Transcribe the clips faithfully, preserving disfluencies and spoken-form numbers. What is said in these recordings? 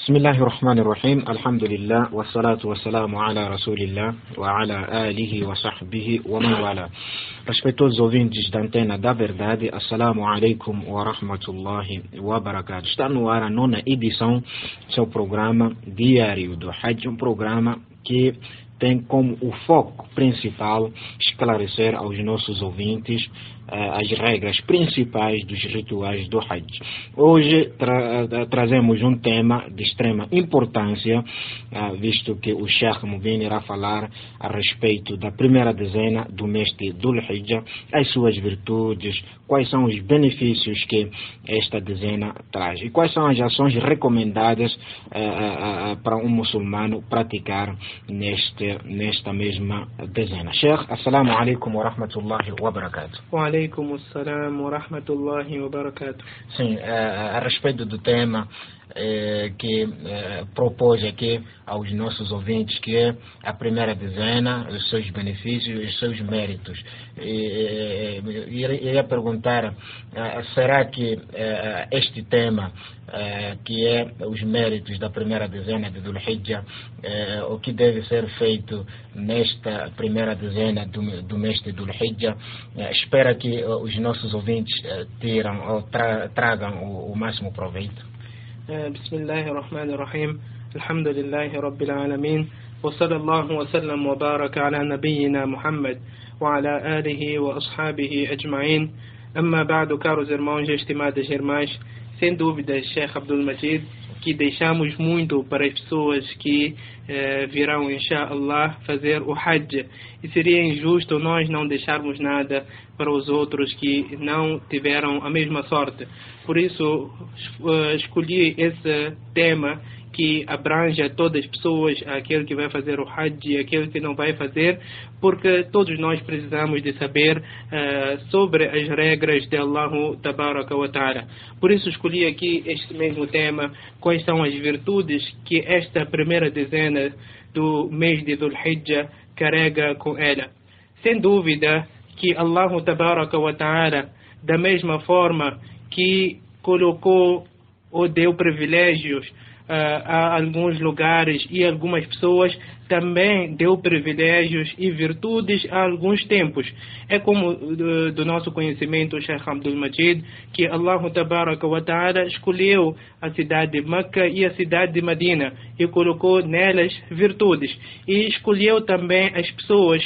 بسم الله الرحمن الرحيم الحمد لله والصلاة والسلام على رسول الله وعلى آله وصحبه ومن والاه. Respeitosos ouvintes da Antena da Verdade, Assalamu alaikum wa rahmatullahi wa barakatuh. Está no ar a nona edição do seu programa Diário do Hajj, um programa que tem como o foco principal esclarecer aos nossos ouvintes uh, as regras principais dos rituais do Hajj. Hoje tra trazemos um tema de extrema importância, uh, visto que o Sheikh Mubin irá falar a respeito da primeira dezena do mês de Dhul Hijjah, as suas virtudes, quais são os benefícios que esta dezena traz e quais são as ações recomendadas uh, uh, para um muçulmano praticar neste nesta mesma dezena. Sheikh, assalamu alaikum wa rahmatullahi wa barakatuh. Wa alaikum assalam wa rahmatullahi wa barakatuh. Sim, a, a respeito do tema eh, que eh, propôs aqui aos nossos ouvintes, que é a primeira dezena, os seus benefícios e os seus méritos. E, e, iria perguntar, eh, será que eh, este tema, eh, que é os méritos da primeira dezena de Dhul Hijjah, eh, o que deve ser feito nesta primeira dezena do, do mês de Dhul Hijjah, eh, espera que uh, os nossos ouvintes uh, tiram ou tra tragam o, o máximo proveito. Bismillahirrahmanirrahim. Alhamdulillahi Rabbil Alamin. Wa sallallahu wa sallam wa baraka ala nabiyyina Muhammad wa ala alihi wa ashabihi ajma'in. Amma ba'du, caros irmãos e estimadas irmãs, sem dúvida, Sheikh Abdul Majid, que deixamos muito para as pessoas que eh, virão, inshallah, fazer o Hajj. E seria injusto nós não deixarmos nada para os outros que não tiveram a mesma sorte. Por isso, uh, escolhi esse tema que abrange a todas as pessoas, aquele que vai fazer o Hajj e aquele que não vai fazer, porque todos nós precisamos de saber uh, sobre as regras de Allah Tabaraka wa Ta'ala. Por isso escolhi aqui este mesmo tema, quais são as virtudes que esta primeira dezena do mês de Dhul Hijjah carrega com ela. Sem dúvida que Allah Tabaraka wa Ta'ala, da mesma forma que colocou ou deu privilégios Uh, a alguns lugares e algumas pessoas, também deu privilégios e virtudes a alguns tempos. É como do, do nosso conhecimento, o Sheikh Abdul Majid, que Allah Tabaraka wa Ta'ala escolheu a cidade de Meca e a cidade de Medina e colocou nelas virtudes. E escolheu também as pessoas,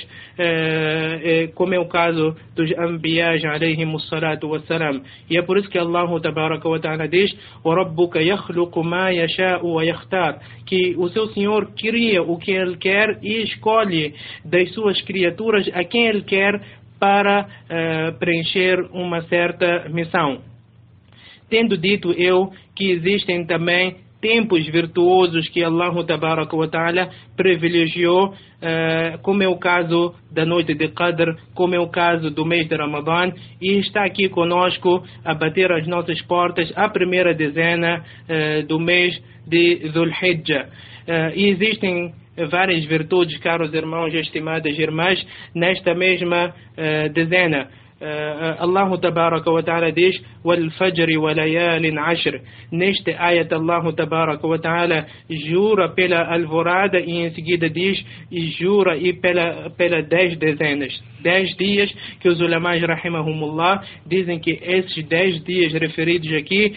uh, uh, como é o caso dos Anbiyas alayhimus salatu wassalam. E é por isso que Allah Tabaraka wa Ta'ala diz: وَرَبُّكَ يَخْلُقُ مَا يَشَاءُ وَيَخْتَارُ, que o seu Senhor cria o que Ele quer e escolhe das suas criaturas a quem Ele quer para uh, preencher uma certa missão. Tendo dito eu que existem também tempos virtuosos que Allah Tabaraka wa Ta'ala privilegiou, uh, como é o caso da noite de Qadr, como é o caso do mês de Ramadã, e está aqui conosco a bater as nossas portas a primeira dezena uh, do mês de Dhul Hijjah. Uh, e existem várias virtudes, caros irmãos e estimadas irmãs, nesta mesma uh, dezena. Uh, Allah Tabaraka wa Ta'ala diz: وَالْفَجْرِ وَلَيَالٍ عَشْرٍ. Neste ayat, Allah Tabaraka wa Ta'ala jura pela alvorada e em seguida diz, e jura e pela, pela dez dezenas. Dez dias que os ulamás, rahimahumullah, dizem que esses dez dias referidos aqui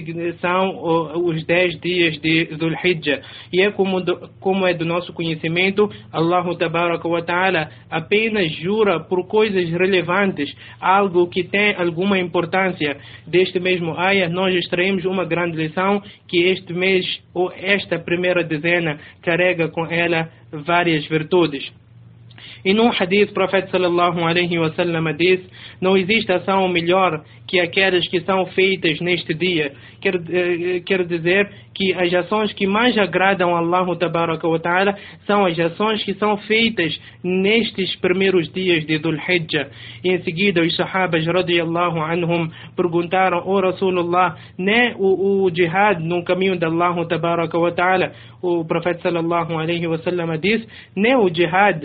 são os dez dias de Dhul Hijjah. E é como, do, como é do nosso conhecimento, Allah Tabaraka wa Ta'ala apenas jura por coisas relevantes, algo que tem alguma importância. Deste mesmo ayah nós extraímos uma grande lição, que este mês, ou esta primeira dezena, carrega com ela várias virtudes. E num hadith, o profeta sallallahu alaihi wa sallam diz: não existe ação melhor que aquelas que são feitas neste dia. Quer, quer dizer que as ações que mais agradam a Allah Tabaraka wa Ta'ala são as ações que são feitas nestes primeiros dias de Dhul Hijjah. E em seguida os sahabas radiyallahu anhum perguntaram: ó Rasulullah, nem o, o jihad no caminho de Allah Tabaraka wa Ta'ala? O profeta sallallahu alaihi wa sallam diz: nem o jihad no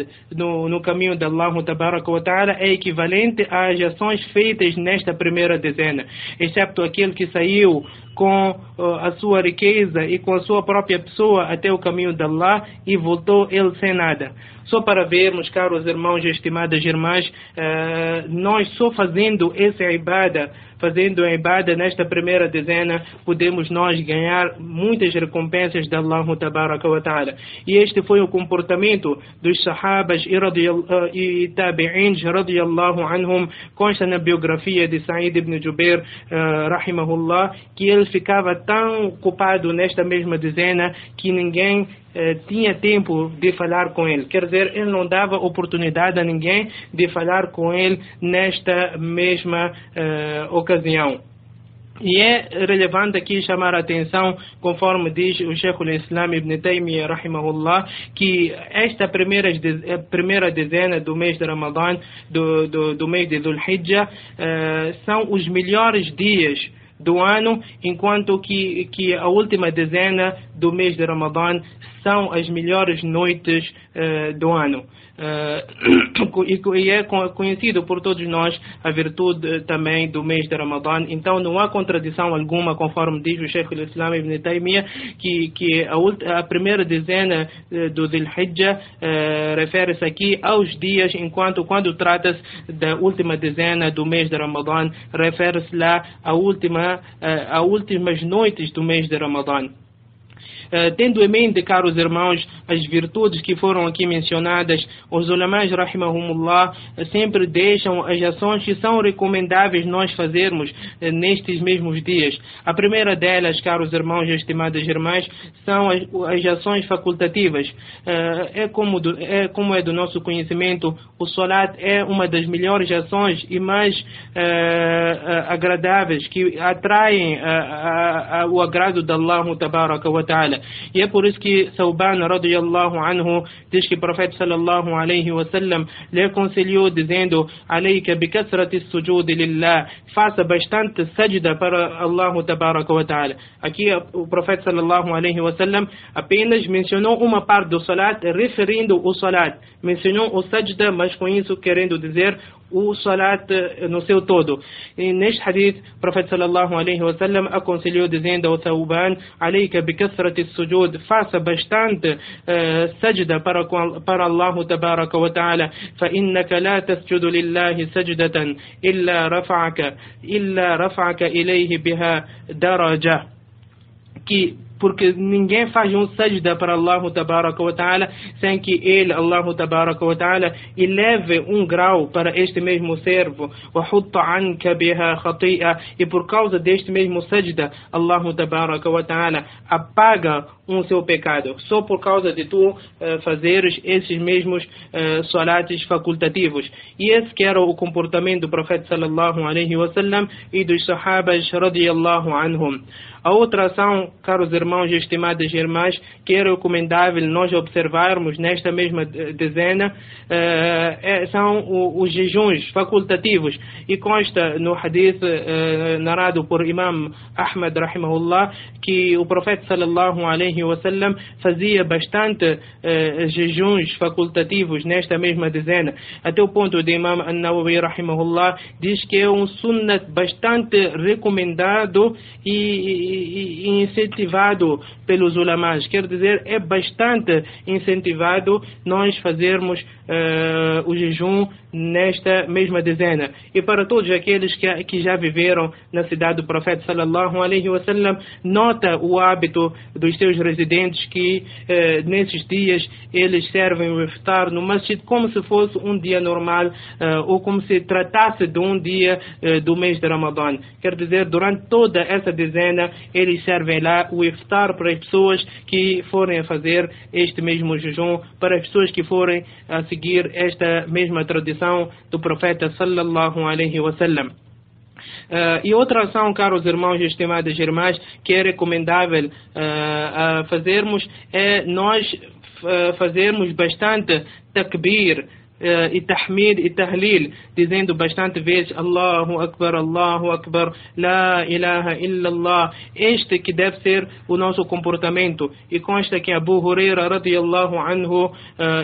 no, no caminho de Allah Tabaraka wa Ta'ala é equivalente às ações feitas nesta primeira dezena, excepto aquele que saiu com uh, a sua riqueza e com a sua própria pessoa até o caminho de Allah e voltou ele sem nada. Só para vermos, caros irmãos e estimadas irmãs, uh, nós só fazendo essa ibada, fazendo a ibada nesta primeira dezena, podemos nós ganhar muitas recompensas de Allah Tabaraka wa Ta'ala. E este foi o comportamento dos sahabas e, uh, e tabi'ins radiyallahu anhum, consta na biografia de Sa'id ibn Jubair, uh, rahimahullah, que ele ficava tão ocupado nesta mesma dezena que ninguém eh, tinha tempo de falar com ele. Quer dizer, ele não dava oportunidade a ninguém de falar com ele nesta mesma eh, ocasião. E é relevante aqui chamar a atenção, conforme diz o Sheikh al-Islam Ibn Taymiyyah, rahimahullah, que esta primeira, primeira dezena do mês de Ramadã, do, do, do mês de Dhul Hijjah, eh, são os melhores dias do ano, enquanto que, que a última dezena do mês de Ramadã são as melhores noites uh, do ano. Uh, e é conhecido por todos nós a virtude também do mês de Ramadã. Então não há contradição alguma, conforme diz o Sheikh al-Islam Ibn Taymiyyah, que, que a, a primeira dezena uh, do Dhul Hijjah uh, refere-se aqui aos dias, enquanto quando trata-se da última dezena do mês de Ramadã, refere-se lá à última, uh, a últimas noites do mês de Ramadã. Uh, tendo em mente, caros irmãos, as virtudes que foram aqui mencionadas, os ulamás, rahimahumullah, sempre deixam as ações que são recomendáveis nós fazermos uh, nestes mesmos dias. A primeira delas, caros irmãos e estimadas irmãs, são as, as ações facultativas. Uh, é, como do, é como é do nosso conhecimento, o salat é uma das melhores ações e mais uh, uh, agradáveis, que atraem uh, uh, uh, o agrado de Allah Tabaraka wa Ta'ala. E é por isso que Thawban radiyallahu anhu diz que o profeta sallallahu alaihi wasallam lhe aconselhou dizendo: "Alayka bi kasrati sujud lillah", faça bastante sajda para Allah Tabaraka wa Ta'ala. Aqui o profeta sallallahu alaihi wasallam apenas mencionou uma parte do salat, referindo o salat, mencionou o sajda, mas com isso querendo dizer o salat no seu todo. E neste hadith, o profeta sallallahu alaihi wasallam aconselhou dizendo ao Thawban: "Alayka bi kasrati sujud", faça bastante uh, sajda para, para Allah Tabaraka wa Ta'ala, فَإِنَّكَ لَا تَسْجُدُ لِلَّهِ سَجْدَةً إِلَّا رَفَعَكَ إِلَّا رَفَعَكَ إِلَيْهِ بِهَا دَرَجَةً, que porque ninguém faz um sajda para Allah Tabaraka wa Ta'ala sem que ele, Allah Tabaraka wa Ta'ala, eleve um grau para este mesmo servo. وَحُطَّ عَنْكَ بِهَا خَطِيئَةً, e por causa deste mesmo sajda, Allah Tabaraka wa Ta'ala apaga um seu pecado, só por causa de tu uh, fazeres esses mesmos uh, salates facultativos. E esse que era o comportamento do profeta sallallahu alaihi wasallam e dos sahabas radiyallahu anhum. A outra ação, caros irmãos e estimadas irmãs, que é recomendável nós observarmos nesta mesma dezena, uh, é, são o, os jejuns facultativos. E consta no hadith uh, narrado por Imam Ahmad rahimahullah que o profeta sallallahu alaihi wasallam fazia bastante uh, jejuns facultativos nesta mesma dezena, até o ponto de Imam An-Nawawi rahimahullah diz que é um sunnat bastante recomendado e e incentivado pelos ulamás. Quer dizer, é bastante incentivado nós fazermos uh, o jejum nesta mesma dezena. E para todos aqueles que, que já viveram na cidade do profeta sallallahu alaihi wasallam, nota o hábito dos seus residentes que uh, nesses dias eles servem o iftar no masjid como se fosse um dia normal, uh, ou como se tratasse de um dia uh, do mês de Ramadã. Quer dizer, durante toda essa dezena eles servem lá o iftar para as pessoas que forem a fazer este mesmo jejum, para as pessoas que forem a seguir esta mesma tradição do profeta sallallahu alaihi wasallam. Uh, e outra ação, caros irmãos e estimadas irmãs, que é recomendável uh, uh, fazermos é nós uh, fazermos bastante takbir uh, e tahmid e tahlil, dizendo bastante vezes Allahu Akbar, Allahu Akbar, La ilaha illallah. Este que deve ser o nosso comportamento. E consta que Abu Huraira radiyallahu anhu uh,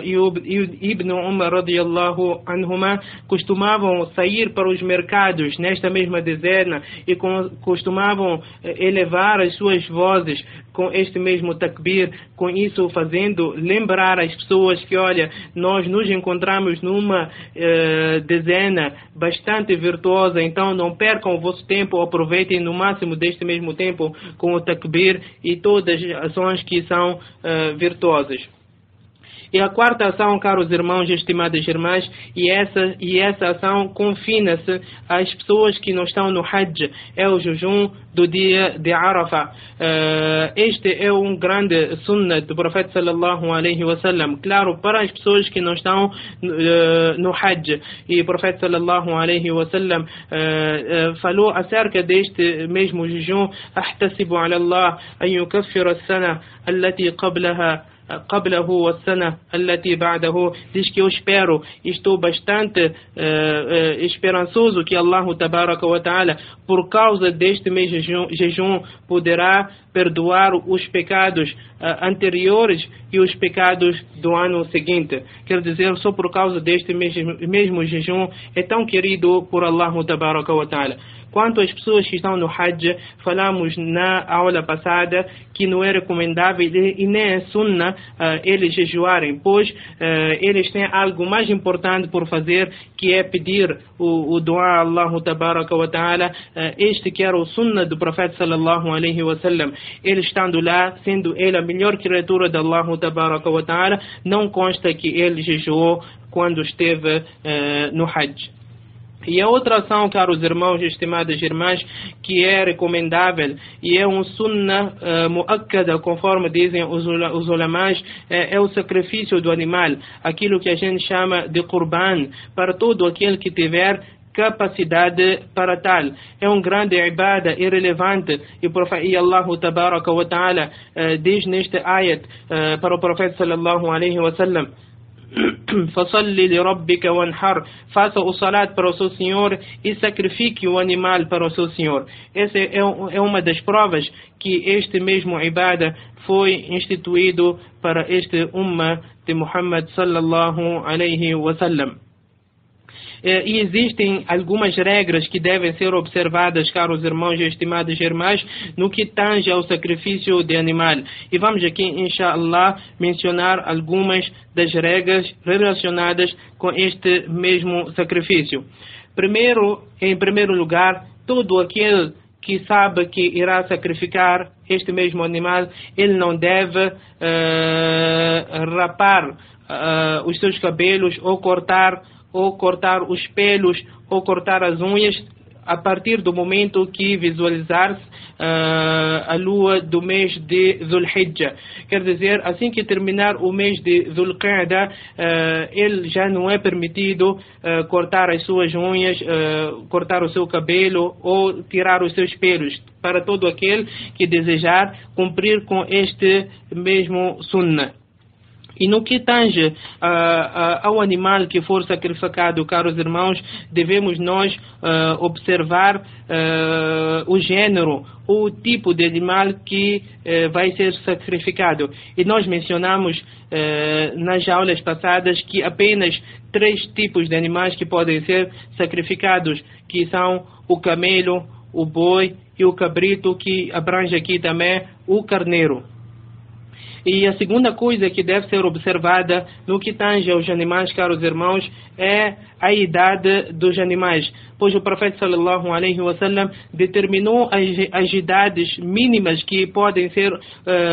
e Ibn Umar radiyallahu anhuma costumavam sair para os mercados nesta mesma dezena e com, costumavam uh, elevar as suas vozes com este mesmo takbir, com isso fazendo lembrar as pessoas que, olha, nós nos encontramos numa uh, dezena bastante virtuosa, então não percam o vosso tempo, aproveitem no máximo deste mesmo tempo com o takbir e todas as ações que são uh, virtuosas. E a quarta ação, caros irmãos e estimadas irmãs, e essa, e essa ação confina-se às pessoas que não estão no Hajj, é o jejum do dia de Arafah. Uh, este é um grande sunnah do profeta sallallahu alaihi wasallam, claro, para as pessoas que não estão uh, no Hajj. E o profeta sallallahu alaihi wasallam uh, uh, falou acerca deste mesmo jejum: ahtasibu ala Allah an yukaffira as-sana allati qablaha قبله والسنة التي بعده. Diz que eu espero, estou bastante uh, uh, esperançoso que Allah tabaraka wa ta'ala, por causa deste mês jejum, jejum poderá perdoar os pecados uh, anteriores e os pecados do ano seguinte. Quer dizer, só por causa deste mesmo, mesmo jejum é tão querido por Allah tabaraka wa ta'ala. Quanto às pessoas que estão no Hajj, falamos na aula passada que não é recomendável e nem é sunnah uh, eles jejuarem, pois uh, eles têm algo mais importante por fazer, que é pedir o, o dua a Allah tabaraka wa ta'ala, uh, este que era o sunnah do profeta sallallahu alaihi wasallam. Ele estando lá, sendo ele a melhor criatura de Allah tabaraka wa ta'ala, não consta que ele jejuou quando esteve uh, no Hajj. E a outra ação, caros irmãos e estimadas irmãs, que é recomendável e é um sunnah uh, muakkada, conforme dizem os, os ulamás, é, é o sacrifício do animal, aquilo que a gente chama de qurban, para todo aquele que tiver capacidade para tal. É um grande ibada irrelevante, e, e Allah tabaraka wa ta'ala uh, diz neste ayat uh, para o profeta sallallahu alaihi wasallam: Fasalli li rabbika wanhar, faça o salat para o seu Senhor e sacrifique o animal para o seu Senhor. Essa é, é uma das provas que este mesmo ibada foi instituído para este umma de Muhammad sallallahu alaihi wasallam. E existem algumas regras que devem ser observadas, caros irmãos e estimadas irmãs, no que tange ao sacrifício de animal. E vamos aqui, inshallah, mencionar algumas das regras relacionadas com este mesmo sacrifício. Primeiro, em primeiro lugar, todo aquele que sabe que irá sacrificar este mesmo animal, ele não deve uh, rapar uh, os seus cabelos ou cortar ou cortar os pelos, ou cortar as unhas, a partir do momento que visualizar-se uh, a lua do mês de Dhul-Hijjah. Quer dizer, assim que terminar o mês de Dhul-Qa'dah, uh, ele já não é permitido uh, cortar as suas unhas, uh, cortar o seu cabelo ou tirar os seus pelos, para todo aquele que desejar cumprir com este mesmo sunnah. E no que tange uh, uh, ao animal que for sacrificado, caros irmãos, devemos nós uh, observar uh, o gênero ou o tipo de animal que uh, vai ser sacrificado. E nós mencionamos uh, nas aulas passadas que apenas três tipos de animais que podem ser sacrificados, que são o camelo, o boi e o cabrito, que abrange aqui também o carneiro. E a segunda coisa que deve ser observada no que tange aos animais, caros irmãos, é a idade dos animais. Pois o profeta sallallahu alaihi wasallam determinou as, as idades mínimas que podem ser uh,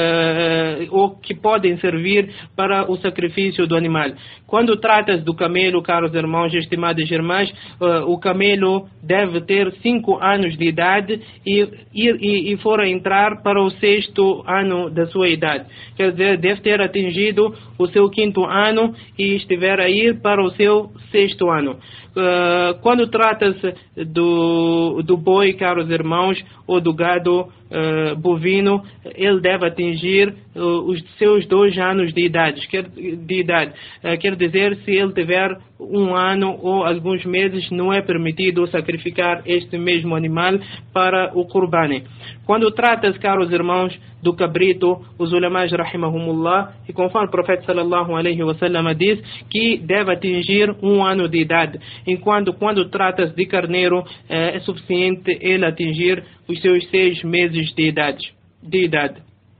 ou que podem servir para o sacrifício do animal. Quando trata-se do camelo, caros irmãos e estimadas irmãs, uh, o camelo deve ter cinco anos de idade e, e, e for a entrar para o sexto ano da sua idade. Quer dizer, deve ter atingido o seu quinto ano e estiver a ir para o seu sexto ano. Uh, quando trata-se do, do boi, caros irmãos, ou do gado uh, bovino, ele deve atingir uh, os seus dois anos de idade. Quer, de idade. Uh, quer dizer, se ele tiver um ano ou alguns meses, não é permitido sacrificar este mesmo animal para o Qurbani. Quando trata-se, caros irmãos, do cabrito, os ulamás rahimahumullah, e conforme o profeta sallallahu alaihi wasallam diz, que deve atingir um ano de idade, enquanto quando trata-se de carneiro, é suficiente ele atingir os seus seis meses de idade. De idade.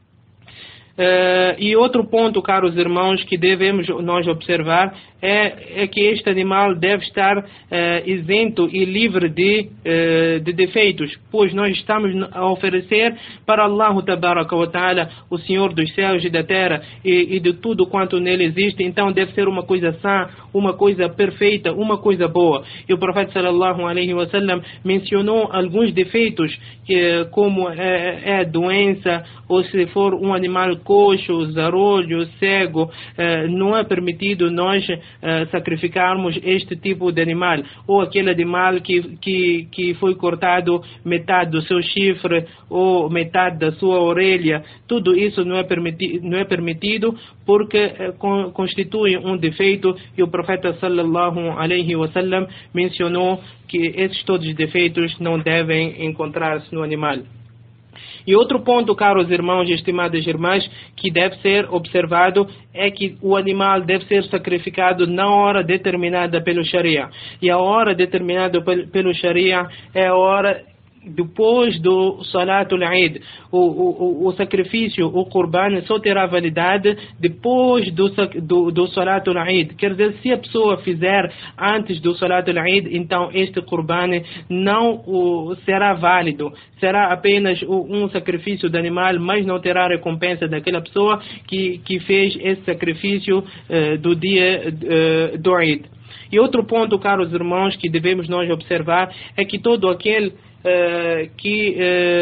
Uh, e outro ponto, caros irmãos, que devemos nós observar é, é que este animal deve estar uh, isento e livre de, uh, de defeitos, pois nós estamos a oferecer para Allah Tabaraka wa Ta'ala, o Senhor dos céus e da terra, e, e de tudo quanto nele existe. Então deve ser uma coisa sã, uma coisa perfeita, uma coisa boa. E o profeta sallallahu alaihi wasallam mencionou alguns defeitos, que, como é, é a doença, ou se for um animal coxo, zarolho, cego, eh, não é permitido nós eh, sacrificarmos este tipo de animal, ou aquele animal que, que, que foi cortado metade do seu chifre ou metade da sua orelha. Tudo isso não é, permiti não é permitido porque eh, con constitui um defeito, e o profeta sallallahu alaihi wasallam mencionou que esses todos os defeitos não devem encontrar-se no animal. E outro ponto, caros irmãos e estimadas irmãs, que deve ser observado é que o animal deve ser sacrificado na hora determinada pelo Sharia. E a hora determinada pelo Sharia é a hora depois do Salatul Eid. O, o, o sacrifício, o Qurban, só terá validade depois do, do, do Salatul Eid. Quer dizer, se a pessoa fizer antes do Salatul Eid, então este Qurban não o, será válido. Será apenas um sacrifício de animal, mas não terá recompensa daquela pessoa que, que fez esse sacrifício uh, do dia uh, do Eid. E outro ponto, caros irmãos, que devemos nós observar é que todo aquele Uh, que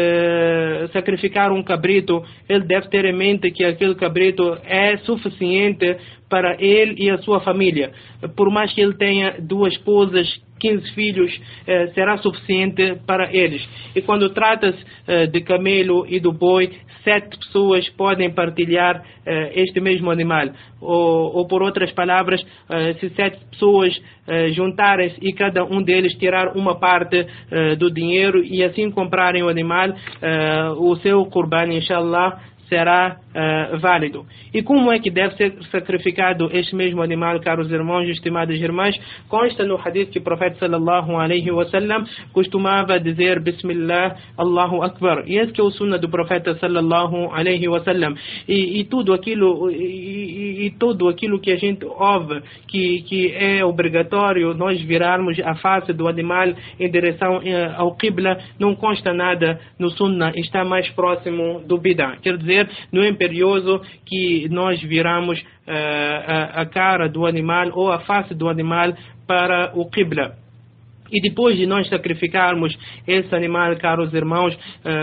uh, sacrificar um cabrito, ele deve ter em mente que aquele cabrito é suficiente para ele e a sua família. Por mais que ele tenha duas esposas, quinze filhos, uh, será suficiente para eles. E quando trata-se uh, de camelo e do boi, sete pessoas podem partilhar uh, este mesmo animal. Ou, ou por outras palavras, uh, se sete pessoas uh, juntarem-se e cada um deles tirar uma parte uh, do dinheiro e assim comprarem o animal, uh, o seu Qurban, inshallah, será uh, válido. E como é que deve ser sacrificado este mesmo animal, caros irmãos e estimadas irmãs? Consta no hadith que o profeta sallallahu alaihi wasallam costumava dizer Bismillah, Allahu Akbar. E esse que é o sunnah do profeta sallallahu alaihi wasallam. E, e tudo aquilo e, e, e tudo aquilo que a gente ouve que, que é obrigatório nós virarmos a face do animal em direção uh, ao Qibla, não consta nada no sunnah, está mais próximo do bid'ah. Quer dizer, não é imperioso que nós viramos uh, a, a cara do animal ou a face do animal para o Qibla. E depois de nós sacrificarmos esse animal, caros irmãos,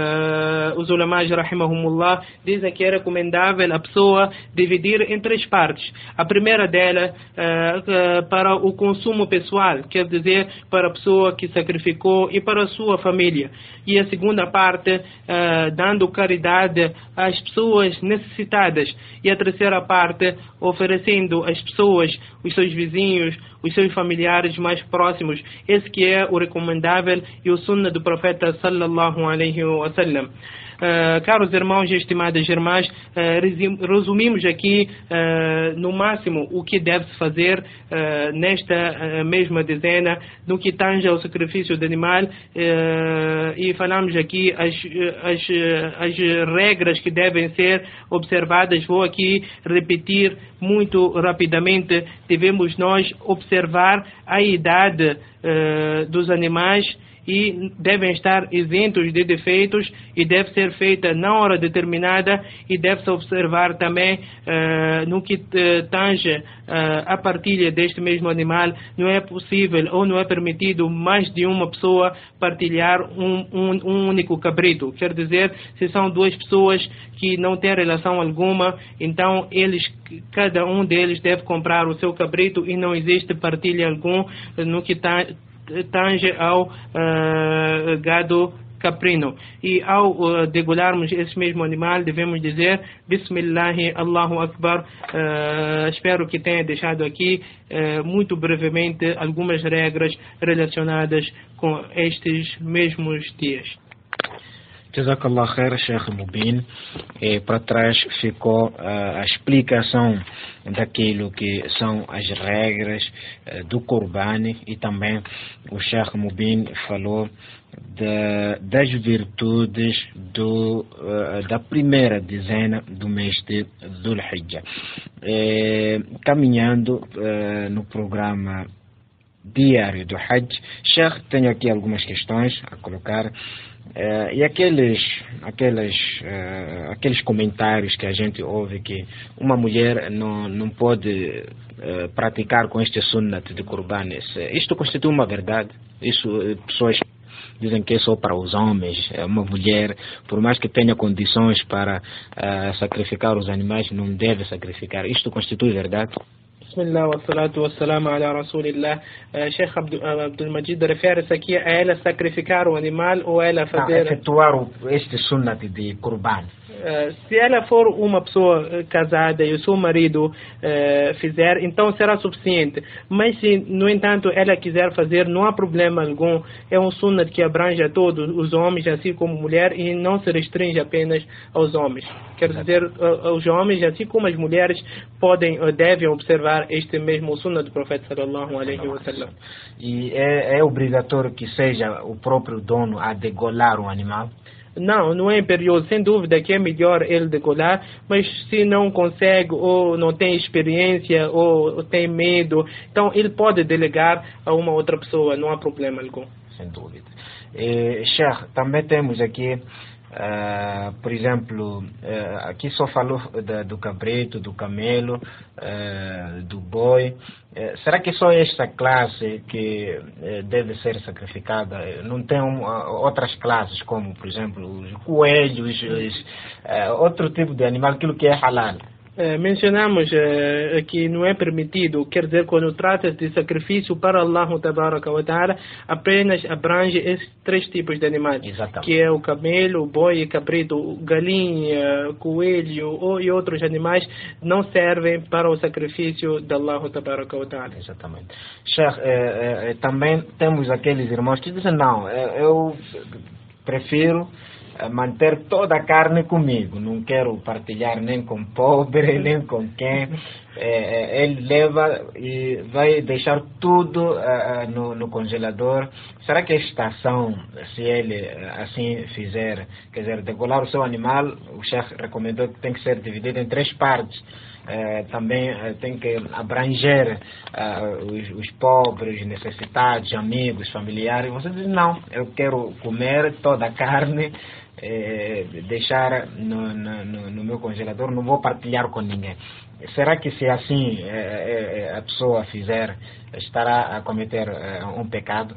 uh, os ulamás rahimahumullah dizem que é recomendável a pessoa dividir em três partes. A primeira dela uh, uh, para o consumo pessoal, quer dizer, para a pessoa que sacrificou e para a sua família. E a segunda parte, uh, dando caridade às pessoas necessitadas. E a terceira parte, oferecendo às pessoas, os seus vizinhos, os seus familiares mais próximos. Esse que é o recomendável e o sunnah do profeta sallallahu alaihi wasallam. Uh, caros irmãos e estimadas irmãs, uh, resumimos aqui uh, no máximo o que deve-se fazer uh, nesta uh, mesma dezena no que tange ao sacrifício de animal, uh, e falamos aqui as, as, as regras que devem ser observadas. Vou aqui repetir muito rapidamente. Devemos nós observar a idade uh, dos animais e devem estar isentos de defeitos e deve ser feita na hora determinada e deve-se observar também uh, no que tange uh, a partilha deste mesmo animal, não é possível ou não é permitido mais de uma pessoa partilhar um, um, um único cabrito. Quer dizer, se são duas pessoas que não têm relação alguma, então eles, cada um deles deve comprar o seu cabrito e não existe partilha algum no que tange ao uh, gado caprino. E ao uh, degolarmos esse mesmo animal, devemos dizer Bismillahi, Allahu Akbar. Uh, espero que tenha deixado aqui uh, muito brevemente algumas regras relacionadas com estes mesmos dias. Jazakallah khair, Sheikh Mubin. E para trás ficou uh, a explicação daquilo que são as regras uh, do Qurbani, e também o Sheikh Mubin falou de, das virtudes do, uh, da primeira dezena do mês de Dhul Hijjah. E, caminhando uh, no programa diário do Hajj, Sheikh, tenho aqui algumas questões a colocar. Uh, e aqueles, aqueles, uh, aqueles comentários que a gente ouve que uma mulher não, não pode uh, praticar com este sunnat de Qurban, isto constitui uma verdade? Isso, pessoas dizem que é só para os homens. Uma mulher, por mais que tenha condições para uh, sacrificar os animais, não deve sacrificar. Isto constitui verdade? Bismillah wa salatu wa salam ala rasulillah. Uh, Sheikh Abdul, uh, Abdul Majid refere-se aqui a ela sacrificar o animal ou ela fazer... Não, efetuar o, este sunnat de Qurban. Uh, se ela for uma pessoa uh, casada e o seu marido uh, fizer, então será suficiente. Mas se, no entanto, ela quiser fazer, não há problema algum. É um sunnat que abrange a todos os homens, assim como mulher, e não se restringe apenas aos homens. Quer dizer, uh, os homens, assim como as mulheres, podem ou uh, devem observar este mesmo sunnat do profeta sallallahu alaihi wa sallam. E é, é obrigatório que seja o próprio dono a degolar o animal? Não, não é imperioso. Sem dúvida que é melhor ele degolar, mas se não consegue ou não tem experiência ou tem medo, então ele pode delegar a uma outra pessoa, não há problema algum. Sem dúvida. E, Sheikh, também temos aqui, Uh, por exemplo, uh, aqui só falou da, do cabrito, do camelo, uh, do boi. Uh, será que só esta classe que uh, deve ser sacrificada? Não tem um, uh, outras classes, como, por exemplo, os coelhos, os, uh, outro tipo de animal, aquilo que é halal? Uh, mencionamos uh, que não é permitido, quer dizer, quando trata de sacrifício para Allah Tabaraka wa Ta'ala, apenas abrange esses três tipos de animais. Exatamente. Que é o camelo, o boi e cabrito, galinha, coelho ou, e outros animais não servem para o sacrifício de Allah Tabaraka wa Ta'ala. Exatamente. Sheikh, eh, eh, também temos aqueles irmãos que dizem, não, eu prefiro manter toda a carne comigo, não quero partilhar nem com pobre, nem com quem. É, ele leva e vai deixar tudo uh, no, no congelador. Será que esta ação, se ele uh, assim fizer, quer dizer, degolar o seu animal, o Sheikh recomendou que tem que ser dividido em três partes. Uh, também uh, tem que abranger uh, os, os pobres, necessitados, amigos, familiares. Você diz, não, eu quero comer toda a carne, eh, deixar no, no, no meu congelador, não vou partilhar com ninguém. Será que se assim eh, a pessoa fizer, estará a cometer eh, um pecado?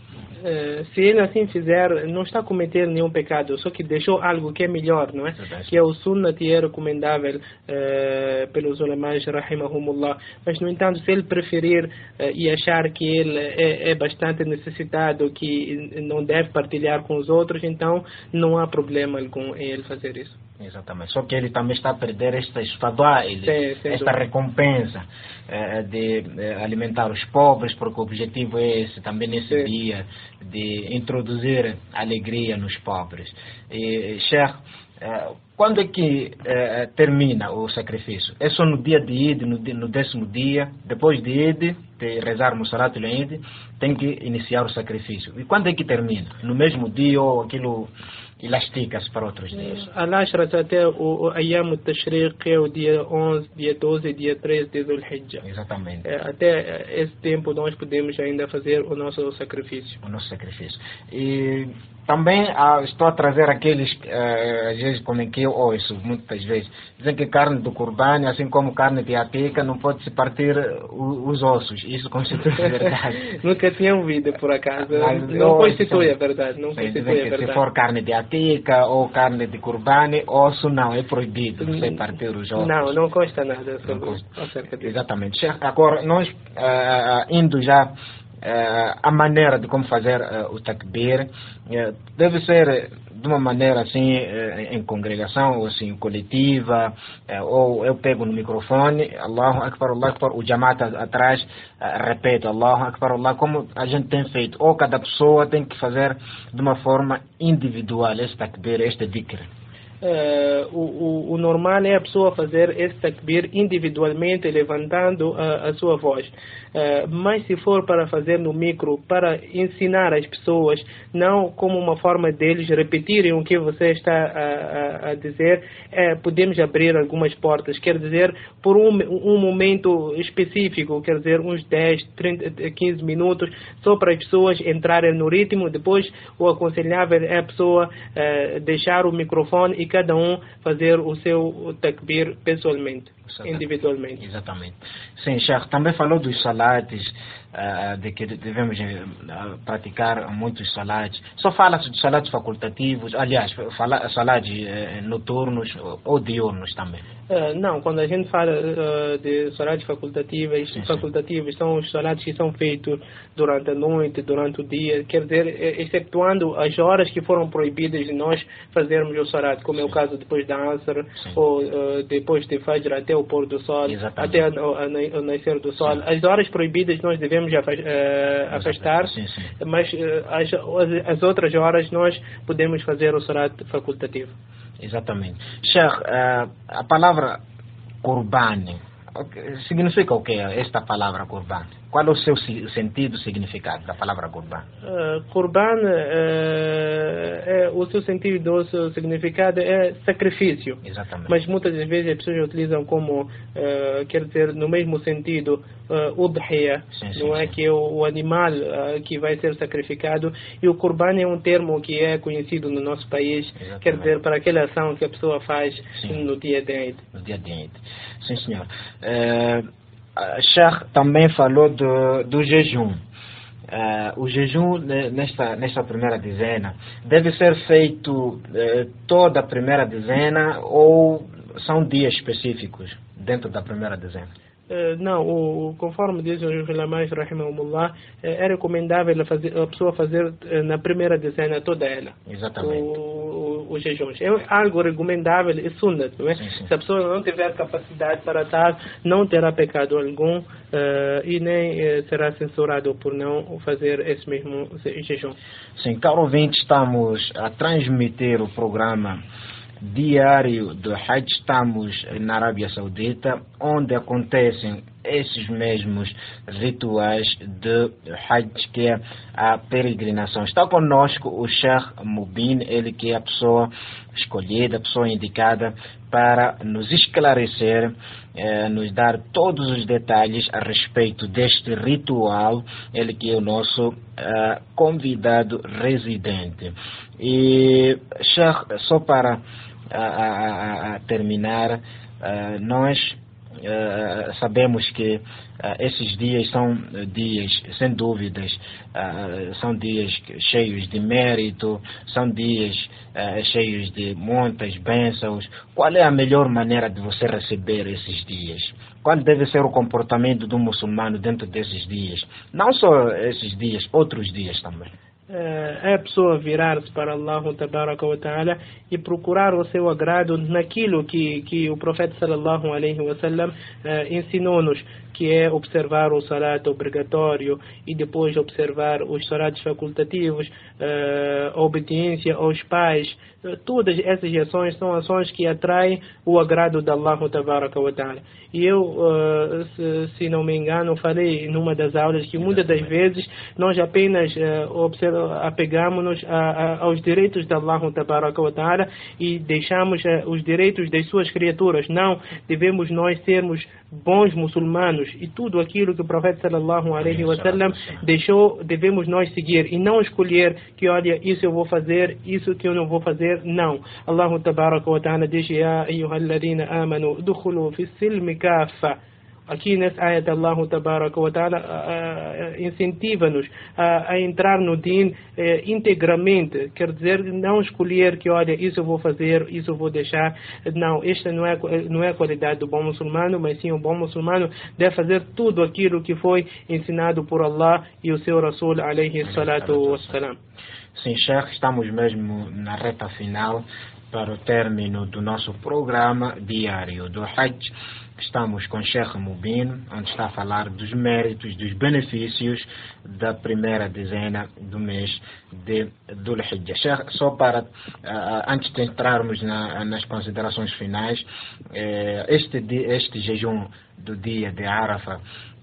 Uh, se ele assim fizer, não está cometendo nenhum pecado, só que deixou algo que é melhor, não é? Verdade. Que é o sunnat e é recomendável uh, pelos ulamás, rahimahumullah. Mas, no entanto, se ele preferir uh, e achar que ele é, é bastante necessitado, que não deve partilhar com os outros, então não há problema algum em ele fazer isso. Exatamente. Só que ele também está a perder esta fadail, esta recompensa eh, de eh, alimentar os pobres, porque o objetivo é esse, também nesse Sim. dia, de introduzir alegria nos pobres. E, Sheikh, eh, quando é que eh, termina o sacrifício? É só no dia de Eid, no, no décimo dia, depois de Eid, de rezarmos Salat al-Eid, tem que iniciar o sacrifício. E quando é que termina? No mesmo dia ou aquilo elastica-se para outros dias? العشرة até o أيام التشريق é o dia onze, dia doze, dia treze de Dhul-Hijjah. Exatamente. Até esse tempo nós podemos ainda fazer o nosso sacrifício. O nosso sacrifício. E também ah, estou a trazer aqueles, ah, às vezes, como é que eu ouço, muitas vezes, dizem que carne do Qurban, assim como carne de Ateca, não pode se partir o, os ossos. Isso constitui a verdade. Nunca tinha ouvido, por acaso. Mas, não oh, constitui a verdade. Não sim, constitui dizem a que verdade. se for carne de Ateca ou carne de Qurban, osso não, é proibido você partir os ossos. Não, não consta nada sobre Não consta. acerca disso. Exatamente. Agora, nós ah, indo já Uh, a maneira de como fazer uh, o takbir uh, deve ser de uma maneira assim uh, em congregação ou assim coletiva, uh, ou eu pego no microfone, Allahu Akbar, Allahu Akbar, o Jamaat atrás uh, repete Allahu Akbar, Allah, como a gente tem feito, ou cada pessoa tem que fazer de uma forma individual este takbir, este dhikr. Uh, o, o, o normal é a pessoa fazer esse takbir individualmente, levantando uh, a sua voz. Uh, mas se for para fazer no micro, para ensinar as pessoas, não como uma forma deles repetirem o que você está a, a, a dizer, é, podemos abrir algumas portas. Quer dizer, por um, um momento específico, quer dizer, uns dez, trinta, quinze minutos, só para as pessoas entrarem no ritmo. Depois, o aconselhável é a pessoa uh, deixar o microfone e cada um fazer o seu takbir pessoalmente, individualmente. Exatamente. Sim, Sheikh, também falou dos salates, uh, de que devemos uh, praticar muitos salates. Só fala-se de salates facultativos, aliás, fala, salates uh, noturnos ou diurnos também. Uh, não, quando a gente fala uh, de salates facultativos, sim, facultativos sim. São os salates que são feitos durante a noite, durante o dia, quer dizer, excetuando as horas que foram proibidas de nós fazermos o salat, como sim. É o caso depois da Asr, sim. Ou uh, depois de Fajr até o pôr do sol, exatamente. Até o nascer do sol. Sim. As horas proibidas nós devemos uh, afastar, sim, sim. Mas uh, as, as outras horas nós podemos fazer o salat facultativo. Exatamente. Sheikh, uh, a palavra Qurban, significa o que esta palavra Qurban? Qual é o seu sentido, significado da palavra Qurban? Uh, Qurban, uh, é, o seu sentido, o seu significado é sacrifício. Exatamente. Mas muitas das vezes as pessoas utilizam como, uh, quer dizer, no mesmo sentido, uh, udhiya, não é? Sim. Que é o, o animal uh, que vai ser sacrificado. E o Qurban é um termo que é conhecido no nosso país, exatamente. Quer dizer, para aquela ação que a pessoa faz sim. No dia de Eid. No dia de Eid. Sim, senhor. Uh, Sheikh também falou do, do jejum. Uh, o jejum nesta, nesta primeira dezena deve ser feito uh, toda a primeira dezena ou são dias específicos dentro da primeira dezena? Uh, não, o, conforme diz os ulamais, rahimahumullah, é recomendável a, fazer, a pessoa fazer uh, na primeira dezena toda ela. Exatamente. O, o, o jejum. É algo recomendável e sunnat, não é? Sim, sim. Se a pessoa não tiver capacidade para tal, não terá pecado algum uh, e nem uh, será censurado por não fazer esse mesmo jejum. Sim, caro ouvinte, estamos a transmitir o programa diário do Hajj. Estamos na Arábia Saudita, onde acontecem esses mesmos rituais de Hajj, que é a peregrinação. Está conosco o Sheikh Mubin, ele que é a pessoa escolhida, a pessoa indicada para nos esclarecer, eh, nos dar todos os detalhes a respeito deste ritual, ele que é o nosso eh, convidado residente. E, Sheikh, só para a, a, a terminar, uh, nós uh, sabemos que uh, esses dias são dias, sem dúvidas, uh, são dias cheios de mérito, são dias uh, cheios de muitas bênçãos. Qual é a melhor maneira de você receber esses dias? Qual deve ser o comportamento do muçulmano dentro desses dias? Não só esses dias, outros dias também. é a pessoa virar-se para Allah Tabaraka wa Ta'ala e procurar o seu agrado naquilo que, que o profeta sallallahu alaihi wasallam uh, ensinou-nos, que é observar o salat obrigatório e depois observar os salats facultativos, uh, a obediência aos pais. Uh, todas essas ações são ações que atraem o agrado de Allah Tabaraka wa Ta'ala. E eu, uh, se, se não me engano, falei numa das aulas que muitas das vezes nós apenas uh, apegamos-nos a, a, aos direitos de Allah Tabaraka wa Ta'ala e deixamos uh, os direitos das suas criaturas. Não, devemos nós sermos bons muçulmanos e tudo aquilo que o profeta sallallahu alaihi wasallam deixou, devemos nós seguir e não escolher que, olha, isso eu vou fazer, isso que eu não vou fazer. Não. Allah Tabaraka wa Ta'ala diz: Ya ayyuhalladhina amanu dukhulu fi silmi kafa. Aqui nessa ayat Allah Tabaraka wa Ta'ala uh, incentiva-nos a, a entrar no din uh, integramente, quer dizer, não escolher que, olha, isso eu vou fazer, isso eu vou deixar. Não, esta não é, não é a qualidade do bom muçulmano, mas sim o bom muçulmano deve fazer tudo aquilo que foi ensinado por Allah e o seu Rasul alaihi salatu wassalam. Sim, Sheikh, estamos mesmo na reta final para o término do nosso programa diário do Hajj. Estamos com Sheikh Mubin, onde está a falar dos méritos, dos benefícios da primeira dezena do mês de Dhul Hijjah. Sheikh, só para, uh, antes de entrarmos na, nas considerações finais, uh, este, este jejum do dia de Arafah,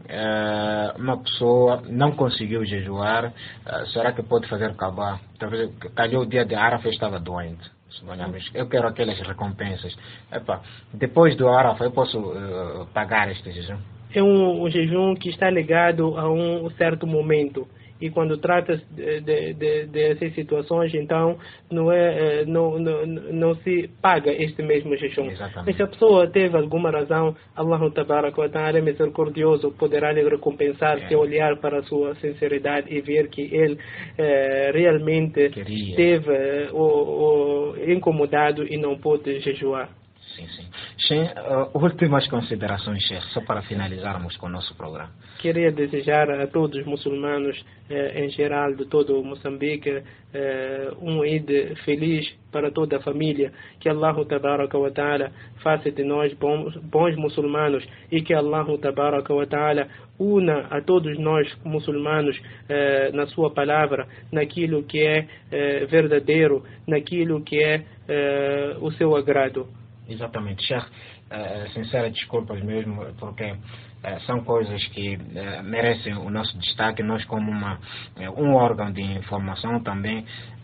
uh, uma pessoa não conseguiu jejuar, uh, será que pode fazer Qadá? Talvez calhou o dia de Arafah e estava doente. Eu quero aquelas recompensas. Epa, depois do Arafah eu posso uh, pagar este jejum? É um, um jejum que está ligado a um certo momento. E quando trata de, de, de, dessas situações, então não, é, não, não, não se paga este mesmo jejum. Mas se a pessoa teve alguma razão, Allah Tabaraka wa Ta'ala é misericordioso, poderá lhe recompensar é. se olhar para a sua sinceridade e ver que ele é, realmente Queria. teve é, o, o incomodado e não pôde jejuar. Sim, sim. Sheikh, uh, últimas considerações, Sheikh, só para finalizarmos com o nosso programa. Queria desejar a todos os muçulmanos, eh, em geral, de todo Moçambique, eh, um Eid feliz para toda a família. Que Allah Tabaraka wa Ta'ala faça de nós bons, bons muçulmanos e que Allah Tabaraka wa Ta'ala una a todos nós muçulmanos eh, na sua palavra, naquilo que é eh, verdadeiro, naquilo que é eh, o seu agrado. Exatamente, Sheikh, uh, sincera desculpas mesmo, porque uh, são coisas que uh, merecem o nosso destaque. Nós, como uma, uh, um órgão de informação também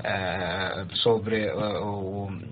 uh, sobre uh, o, uh,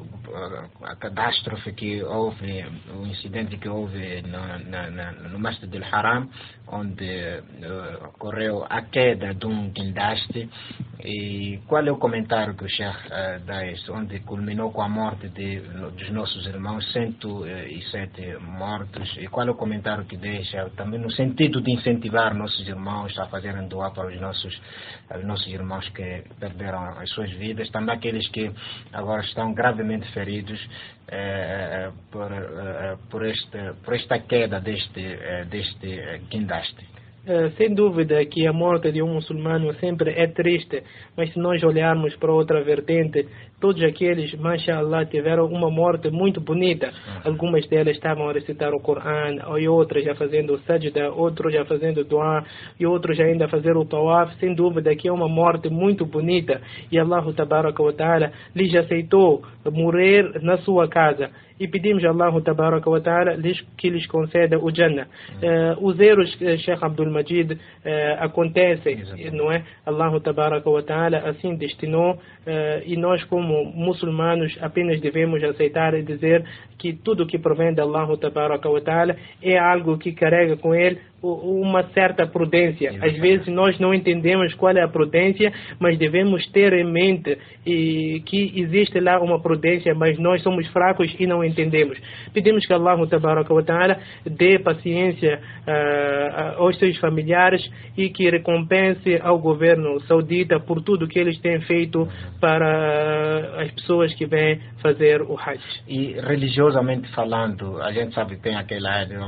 a catástrofe que houve, o incidente que houve no, na, na, no Masjid al-Haram, onde uh, ocorreu a queda de um guindaste. E qual é o comentário que o Sheikh uh, dá a isso, onde culminou com a morte de, dos nossos irmãos, cento e sete mortos, e qual é o comentário que deixa também no sentido de incentivar nossos irmãos a fazerem doar para os nossos, os nossos irmãos que perderam as suas vidas, também aqueles que agora estão gravemente feridos eh, por, eh, por, este, por esta queda deste, eh, deste guindaste. Uh, sem dúvida que a morte de um muçulmano sempre é triste, mas se nós olharmos para outra vertente, todos aqueles, mashallah, tiveram uma morte muito bonita. Algumas delas estavam a recitar o Coran, e outras já fazendo o sajda, outros já fazendo dua, e outros já ainda a fazer o tawaf. Sem dúvida que é uma morte muito bonita, e Allah Tabaraka wa Ta'ala lhes aceitou morrer na sua casa. E pedimos a Allah Tabaraka wa Ta'ala que lhes conceda o Jannah. Uh, os erros, Sheikh Abdul Majid, uh, acontecem, não é? Allah Tabaraka wa Ta'ala assim destinou, uh, e nós como muçulmanos apenas devemos aceitar e dizer que tudo que provém de Allah Tabaraka wa Ta'ala é algo que carrega com ele uma certa prudência. Às vezes nós não entendemos qual é a prudência, mas devemos ter em mente e que existe lá uma prudência, mas nós somos fracos e não entendemos. Pedimos que Allah Tabaraka wa Ta'ala dê paciência uh, aos seus familiares e que recompense ao governo saudita por tudo que eles têm feito para as pessoas que vêm fazer o Hajj. E religiosamente falando, a gente sabe que tem aquela área,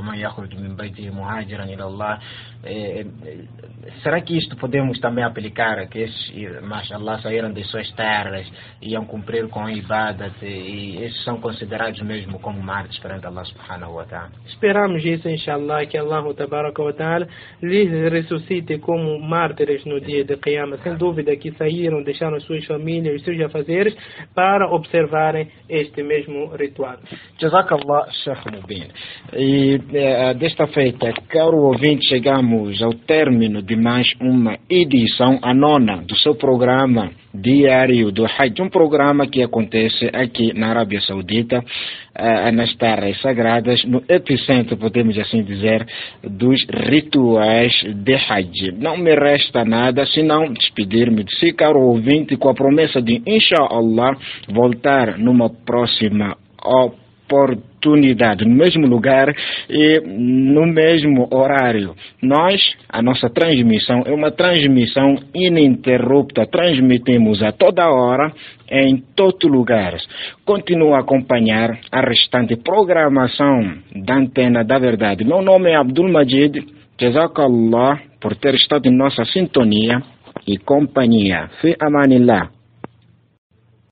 será que isto podemos também aplicar, que esses, mashallah, saíram de suas terras, iam cumprir com a ibadat, e esses são considerados mesmo como mártires perante Allah subhanahu wa ta'ala? Esperamos isso, inshallah, que Allah tabaraka wa ta'ala lhes ressuscite como mártires no dia de Qiyamah. Sem dúvida que saíram, deixaram suas famílias, os seus afazeres para observarem este mesmo ritual. Jazakallah, Sheikh Mubin. E eh, desta feita, caro ouvinte, chegamos ao término de mais uma edição, a nona, do seu programa diário do Hajj, um programa que acontece aqui na Arábia Saudita, uh, nas terras sagradas, no epicentro, podemos assim dizer, dos rituais de Hajj. Não me resta nada senão despedir-me de si, caro ouvinte, com a promessa de, inshallah, voltar numa próxima oportunidade, no mesmo lugar e no mesmo horário. Nós, a nossa transmissão é uma transmissão ininterrupta, transmitimos a toda hora, em todo lugar. Continua a acompanhar a restante programação da Antena da Verdade. Meu nome é Abdul Majid. Jazakallah por ter estado em nossa sintonia e companhia. Fi amanillah.